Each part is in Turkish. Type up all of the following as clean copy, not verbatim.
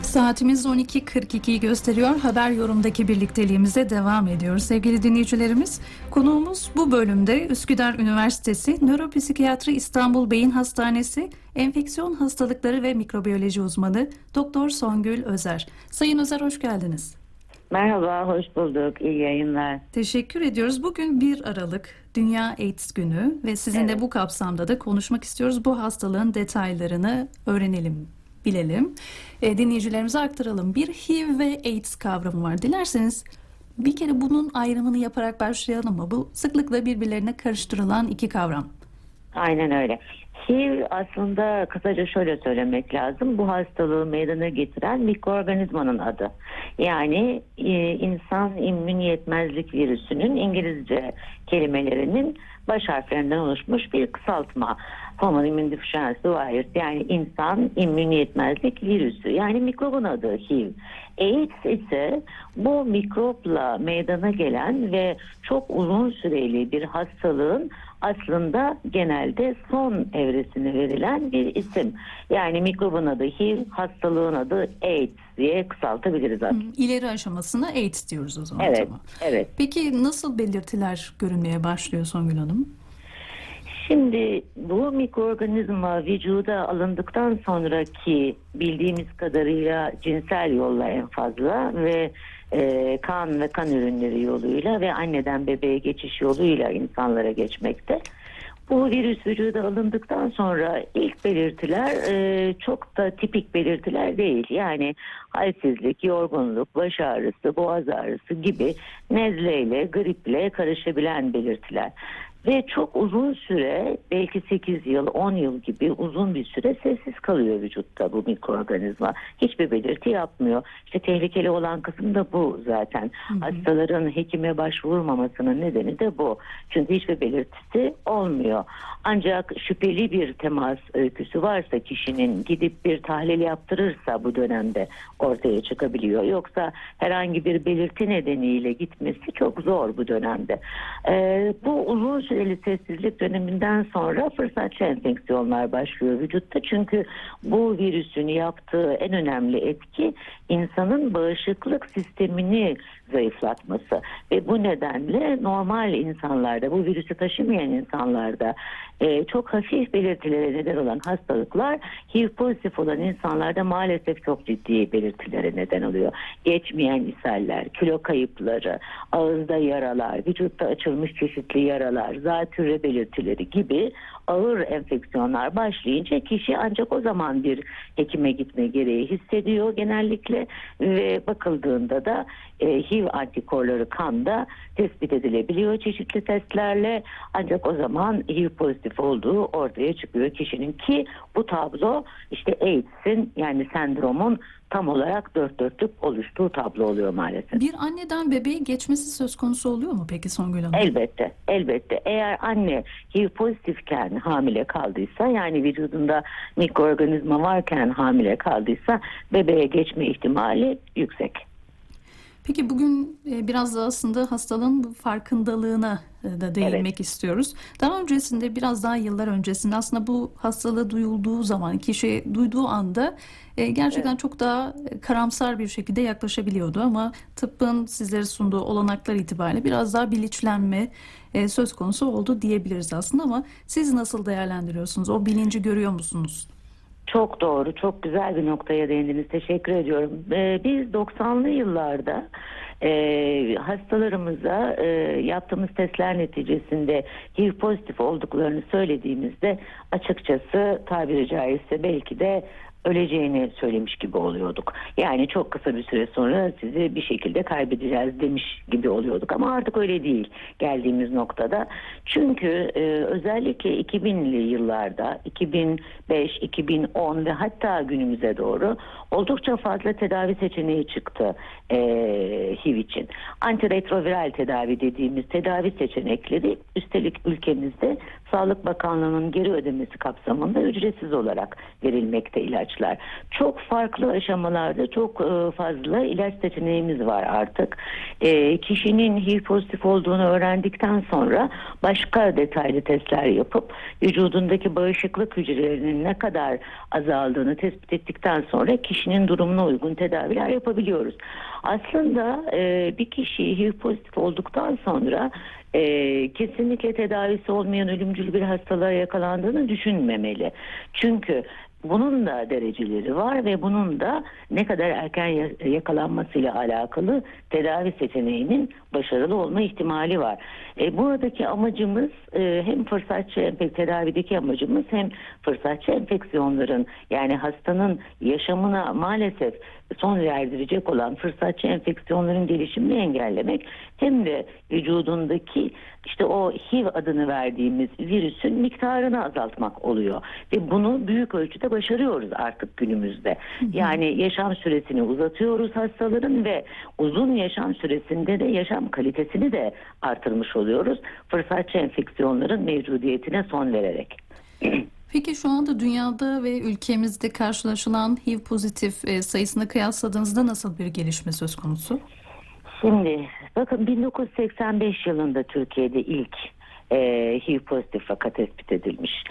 Saatimiz 12.42'yi gösteriyor. Haber Yorum'daki birlikteliğimize devam ediyoruz. Sevgili dinleyicilerimiz, konuğumuz bu bölümde Üsküdar Üniversitesi Nöropsikiyatri İstanbul Beyin Hastanesi Enfeksiyon Hastalıkları ve Mikrobiyoloji uzmanı Doktor Songül Özer. Sayın Özer, hoş geldiniz. Merhaba, hoş bulduk. İyi yayınlar. Teşekkür ediyoruz. Bugün 1 Aralık Dünya AIDS Günü ve sizinle bu kapsamda da konuşmak istiyoruz. Bu hastalığın detaylarını öğrenelim, bilelim. Dinleyicilerimize aktaralım. Bir HIV ve AIDS kavramı var. Dilerseniz bir kere bunun ayrımını yaparak başlayalım mı? Bu sıklıkla birbirlerine karıştırılan iki kavram. Aynen öyle. HIV aslında kısaca şöyle söylemek lazım. Bu hastalığı meydana getiren mikroorganizmanın adı. Yani insan immün yetmezlik virüsünün İngilizce kelimelerinin baş harflerinden oluşmuş bir kısaltma. Human Immunodeficiency Virus, yani insan immün yetmezlik virüsü. Yani mikrobun adı HIV. AIDS ise bu mikropla meydana gelen ve çok uzun süreli bir hastalığın aslında genelde son evresine verilen bir isim. Yani mikrobun adı HIV, hastalığın adı AIDS diye kısaltabiliriz aslında. İleri aşamasına AIDS diyoruz o zaman. Evet, tamam. evet. Peki nasıl belirtiler görünmeye başlıyor Songül Hanım? Şimdi bu mikroorganizma vücuda alındıktan sonraki bildiğimiz kadarıyla cinsel yolla en fazla ve kan ve kan ürünleri yoluyla ve anneden bebeğe geçiş yoluyla insanlara geçmekte. Bu virüs vücuda alındıktan sonra ilk belirtiler çok da tipik belirtiler değil. Yani halsizlik, yorgunluk, baş ağrısı, boğaz ağrısı gibi nezleyle, griple karışabilen belirtiler. Ve çok uzun süre, belki 8 yıl, 10 yıl gibi uzun bir süre sessiz kalıyor vücutta bu mikroorganizma. Hiçbir belirti yapmıyor. İşte tehlikeli olan kısım da bu zaten. Hastaların hekime başvurmamasının nedeni de bu. Çünkü hiçbir belirtisi olmuyor. Ancak şüpheli bir temas öyküsü varsa kişinin, gidip bir tahlil yaptırırsa bu dönemde ortaya çıkabiliyor. Yoksa herhangi bir belirti nedeniyle gitmesi çok zor bu dönemde. Bu uzun süreli sessizlik döneminden sonra fırsatçı enfeksiyonlar başlıyor vücutta. Çünkü bu virüsün yaptığı en önemli etki insanın bağışıklık sistemini zayıflatması. Ve bu nedenle normal insanlarda, bu virüsü taşımayan insanlarda çok hafif belirtilere neden olan hastalıklar HIV pozitif olan insanlarda maalesef çok ciddi belirtilere neden oluyor. Geçmeyen ishaller, kilo kayıpları, ağızda yaralar, vücutta açılmış çeşitli yaralar, zatürre belirtileri gibi ağır enfeksiyonlar başlayınca kişi ancak o zaman bir hekime gitme gereği hissediyor genellikle ve bakıldığında da HIV antikorları kanda tespit edilebiliyor çeşitli testlerle, ancak o zaman HIV pozitif olduğu ortaya çıkıyor kişinin, ki bu tablo işte AIDS'in, yani sendromun tam olarak dört dörtlük oluştuğu tablo oluyor maalesef. Bir anneden bebeğe geçmesi söz konusu oluyor mu peki Songül Hanım? Elbette, elbette. Eğer anne HIV pozitifken hamile kaldıysa, yani vücudunda mikroorganizma varken hamile kaldıysa bebeğe geçme ihtimali yüksek. Peki bugün biraz da aslında hastalığın bu farkındalığına da değinmek istiyoruz. Daha öncesinde, biraz daha yıllar öncesinde aslında bu hastalığı duyulduğu zaman, kişi duyduğu anda gerçekten çok daha karamsar bir şekilde yaklaşabiliyordu. Ama tıbbın sizlere sunduğu olanaklar itibariyle biraz daha bilinçlenme söz konusu oldu diyebiliriz aslında. Ama siz nasıl değerlendiriyorsunuz? O bilinci görüyor musunuz? Çok doğru, çok güzel bir noktaya değindiniz. Teşekkür ediyorum. Biz 90'lı yıllarda hastalarımıza yaptığımız testler neticesinde HIV pozitif olduklarını söylediğimizde açıkçası tabiri caizse belki de öleceğini söylemiş gibi oluyorduk. Yani çok kısa bir süre sonra sizi bir şekilde kaybedeceğiz demiş gibi oluyorduk. Ama artık öyle değil geldiğimiz noktada. Çünkü özellikle 2000'li yıllarda 2005, 2010 ve hatta günümüze doğru oldukça fazla tedavi seçeneği çıktı HIV için. Antiretroviral tedavi dediğimiz tedavi seçenekleri üstelik ülkemizde Sağlık Bakanlığı'nın geri ödemesi kapsamında ücretsiz olarak verilmekte ilaçlar. Çok farklı aşamalarda çok fazla ilaç seçeneğimiz var artık. Kişinin HIV pozitif olduğunu öğrendikten sonra başka detaylı testler yapıp vücudundaki bağışıklık hücrelerinin ne kadar azaldığını tespit ettikten sonra kişinin durumuna uygun tedaviler yapabiliyoruz. Aslında bir kişi HIV pozitif olduktan sonra kesinlikle tedavisi olmayan ölümcül bir hastalığa yakalandığını düşünmemeli. Çünkü bunun da dereceleri var ve bunun da ne kadar erken yakalanmasıyla alakalı tedavi seçeneğinin başarılı olma ihtimali var. Buradaki amacımız hem fırsatçı tedavideki amacımız hem fırsatçı enfeksiyonların, yani hastanın yaşamına maalesef son verdirecek olan fırsatçı enfeksiyonların gelişimini engellemek, hem de vücudundaki işte o HIV adını verdiğimiz virüsün miktarını azaltmak oluyor. Ve bunu büyük ölçüde başarıyoruz artık günümüzde. Yani yaşam süresini uzatıyoruz hastaların ve uzun yaşam süresinde de yaşam kalitesini de artırmış oluyoruz. Fırsatçı enfeksiyonların mevcudiyetine son vererek. Peki şu anda dünyada ve ülkemizde karşılaşılan HIV pozitif sayısını kıyasladığınızda nasıl bir gelişme söz konusu? Şimdi bakın, 1985 yılında Türkiye'de ilk HIV pozitif vaka tespit edilmiş.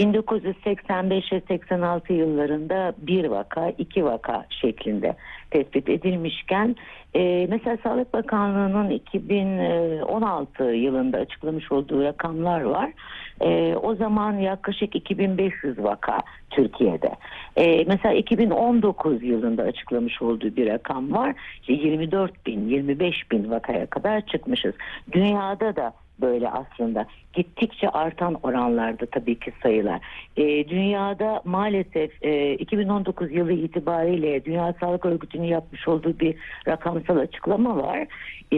1985 ve 86 yıllarında bir vaka, iki vaka şeklinde tespit edilmişken mesela Sağlık Bakanlığı'nın 2016 yılında açıklamış olduğu rakamlar var. O zaman yaklaşık 2500 vaka Türkiye'de. Mesela 2019 yılında açıklamış olduğu bir rakam var. 24 bin, 25 bin vakaya kadar çıkmışız. Dünyada da böyle aslında gittikçe artan oranlarda tabii ki sayılar. Dünyada maalesef 2019 yılı itibariyle Dünya Sağlık Örgütü'nün yapmış olduğu bir rakamsal açıklama var.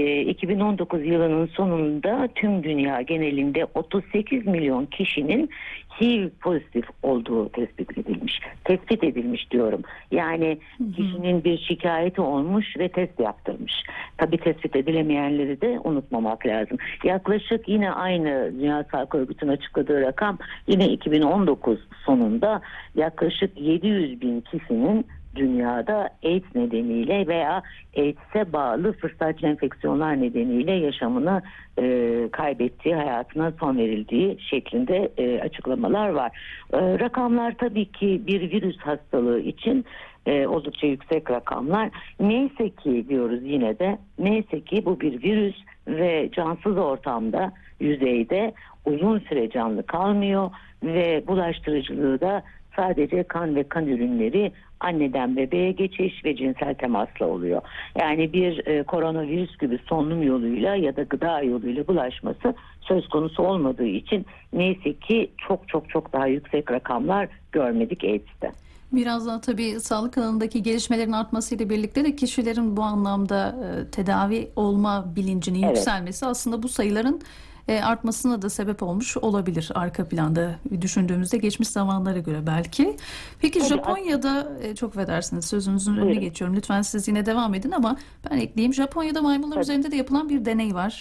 2019 yılının sonunda tüm dünya genelinde 38 milyon kişinin HIV pozitif olduğu tespit edilmiş. Tespit edilmiş diyorum. Yani kişinin bir şikayeti olmuş ve test yaptırmış. Tabii tespit edilemeyenleri de unutmamak lazım. Yaklaşık yine aynı Dünya Sağlık Örgütü'nün açıkladığı rakam, yine 2019 sonunda yaklaşık 700 bin kişinin dünyada AIDS nedeniyle veya AIDS'e bağlı fırsatçı enfeksiyonlar nedeniyle yaşamını kaybettiği, hayatına son verildiği şeklinde açıklamalar var. Rakamlar tabii ki bir virüs hastalığı için oldukça yüksek rakamlar. Neyse ki diyoruz, yine de neyse ki bu bir virüs ve cansız ortamda, yüzeyde uzun süre canlı kalmıyor ve bulaştırıcılığı da sadece kan ve kan ürünleri, anneden bebeğe geçiş ve cinsel temasla oluyor. Yani bir koronavirüs gibi solunum yoluyla ya da gıda yoluyla bulaşması söz konusu olmadığı için neyse ki çok çok çok daha yüksek rakamlar görmedik AIDS'te. Biraz daha tabii sağlık alanındaki gelişmelerin artmasıyla birlikte de kişilerin bu anlamda tedavi olma bilincinin yükselmesi aslında bu sayıların artmasına da sebep olmuş olabilir arka planda düşündüğümüzde geçmiş zamanlara göre belki. Peki Tabii, Japonya'da çok affedersiniz sözünüzün önüne geçiyorum. Lütfen siz yine devam edin ama ben ekleyeyim. Japonya'da maymunlar üzerinde de yapılan bir deney var.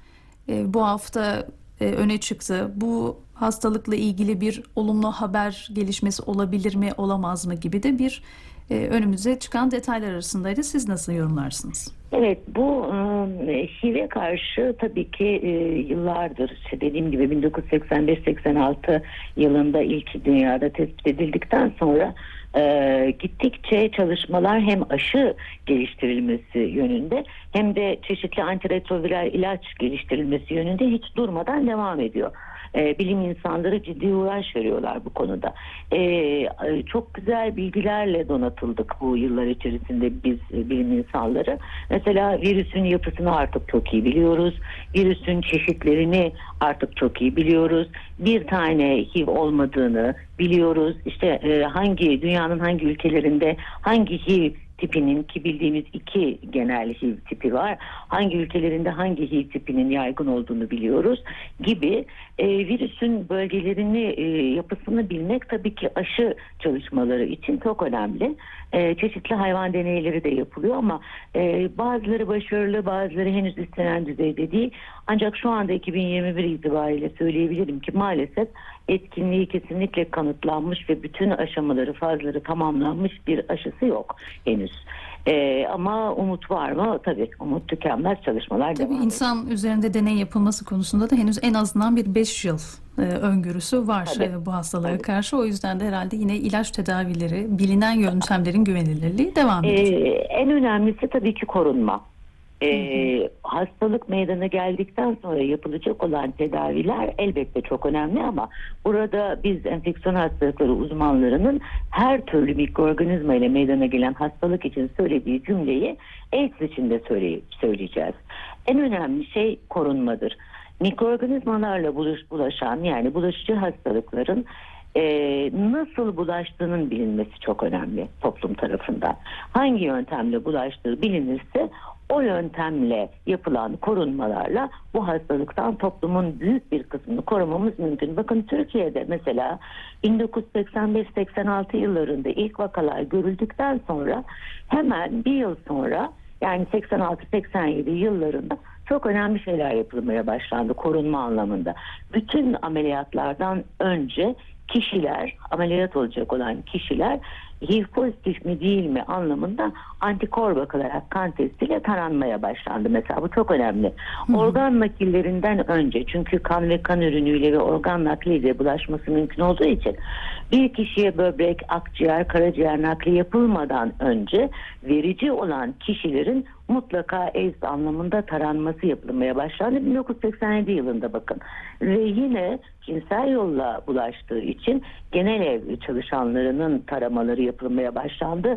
Bu hafta öne çıktı. Bu hastalıkla ilgili bir olumlu haber gelişmesi olabilir mi, olamaz mı gibi de bir önümüze çıkan detaylar arasındaydı. Siz nasıl yorumlarsınız? Evet, bu HIV'e karşı tabii ki yıllardır, işte dediğim gibi 1985-86 yılında ilk dünyada tespit edildikten sonra gittikçe çalışmalar hem aşı geliştirilmesi yönünde hem de çeşitli antiretroviral ilaç geliştirilmesi yönünde hiç durmadan devam ediyor. Bilim insanları ciddi uğraş veriyorlar bu konuda. Çok güzel bilgilerle donatıldık bu yıllar içerisinde biz bilim insanları. Mesela virüsün yapısını artık çok iyi biliyoruz. Virüsün çeşitlerini artık çok iyi biliyoruz. Bir tane HIV olmadığını biliyoruz. İşte dünyanın hangi ülkelerinde hangi HIV tipinin, ki bildiğimiz 2 genel HIV tipi var, hangi ülkelerinde hangi HIV tipinin yaygın olduğunu biliyoruz gibi virüsün bölgelerini, yapısını bilmek tabii ki aşı çalışmaları için çok önemli. Çeşitli hayvan deneyleri de yapılıyor ama bazıları başarılı, bazıları henüz istenen düzeyde değil. Ancak şu anda 2021 itibariyle söyleyebilirim ki maalesef etkinliği kesinlikle kanıtlanmış ve bütün aşamaları, fazları tamamlanmış bir aşısı yok henüz. Ama umut var mı? Tabii umut tükenmez, çalışmalar Tabii devam ediyor. insan üzerinde deney yapılması konusunda da henüz en azından bir 5 yıl öngörüsü var Tabii, bu hastalığa tabii. karşı. O yüzden de herhalde yine ilaç tedavileri, bilinen yöntemlerin güvenilirliği devam edecek. En önemlisi tabii ki korunma. Hı hı. Hastalık meydana geldikten sonra yapılacak olan tedaviler elbette çok önemli ama burada biz enfeksiyon hastalıkları uzmanlarının her türlü mikroorganizma ile meydana gelen hastalık için söylediği cümleyi AIDS için de söyleyeceğiz. En önemli şey korunmadır. Mikroorganizmalarla bulaşan, yani bulaşıcı hastalıkların nasıl bulaştığının bilinmesi çok önemli toplum tarafından. Hangi yöntemle bulaştığı bilinirse o yöntemle yapılan korunmalarla bu hastalıktan toplumun büyük bir kısmını korumamız mümkün. Bakın Türkiye'de mesela 1985-86 yıllarında ilk vakalar görüldükten sonra hemen bir yıl sonra, yani 86-87 yıllarında çok önemli şeyler yapılmaya başlandı korunma anlamında. Bütün ameliyatlardan önce kişiler, ameliyat olacak olan kişiler HIV pozitif mi değil mi anlamında antikor bakılarak kan testiyle taranmaya başlandı. Mesela bu çok önemli. Organ nakillerinden önce, çünkü kan ve kan ürünüyle ve organ nakliyle bulaşması mümkün olduğu için bir kişiye böbrek, akciğer, karaciğer nakli yapılmadan önce verici olan kişilerin mutlaka AIDS anlamında taranması yapılmaya başlandı 1987 yılında bakın. Ve yine cinsel yolla bulaştığı için genel ev çalışanlarının taramaları yapılmaya başlandı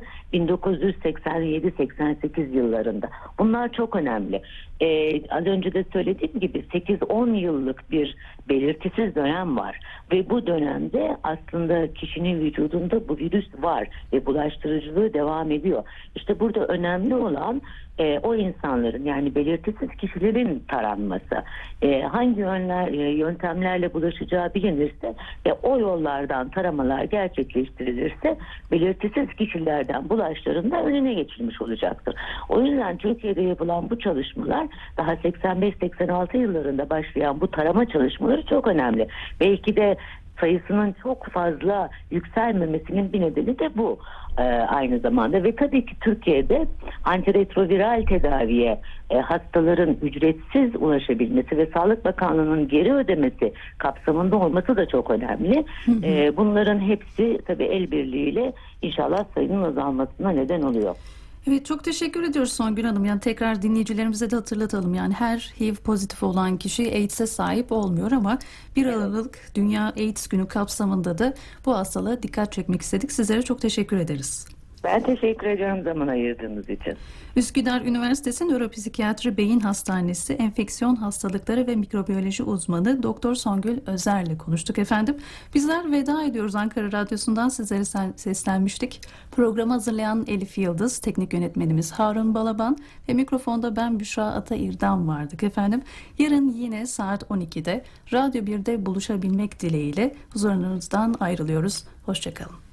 1987-88 yıllarında. Bunlar çok önemli. Az önce de söylediğim gibi 8-10 yıllık bir belirtisiz dönem var ve bu dönemde aslında kişinin vücudunda bu virüs var ve bulaştırıcılığı devam ediyor. İşte burada önemli olan o insanların, yani belirtisiz kişilerin taranması, hangi yöntemlerle bulaşacağı bilinirse ve o yollardan taramalar gerçekleştirilirse belirtisiz kişilerden bulaşların da önüne geçilmiş olacaktır. O yüzden Türkiye'de yapılan bu çalışmalar, daha 85-86 yıllarında başlayan bu tarama çalışmaları çok önemli. Belki de sayısının çok fazla yükselmemesinin bir nedeni de bu aynı zamanda. Ve tabii ki Türkiye'de antiretroviral tedaviye hastaların ücretsiz ulaşabilmesi ve Sağlık Bakanlığı'nın geri ödemesi kapsamında olması da çok önemli. Bunların hepsi tabii el birliğiyle inşallah sayının azalmasına neden oluyor. Evet, çok teşekkür ediyoruz Songül Hanım. Yani tekrar dinleyicilerimize de hatırlatalım. Yani her HIV pozitif olan kişi AIDS'e sahip olmuyor ama 1 Aralık Dünya AIDS Günü kapsamında da bu hastalığa dikkat çekmek istedik. Sizlere çok teşekkür ederiz. Ben teşekkür ediyorum zaman ayırdığınız için. Üsküdar Üniversitesi Nöropsikiyatri Beyin Hastanesi Enfeksiyon Hastalıkları ve Mikrobiyoloji uzmanı Doktor Songül Özer'le konuştuk efendim. Bizler veda ediyoruz. Ankara Radyosu'ndan sizlere seslenmiştik. Programı hazırlayan Elif Yıldız, teknik yönetmenimiz Harun Balaban ve mikrofonda ben Büşra Ata-İrdam vardık efendim. Yarın yine saat 12'de Radyo 1'de buluşabilmek dileğiyle huzurunuzdan ayrılıyoruz. Hoşçakalın.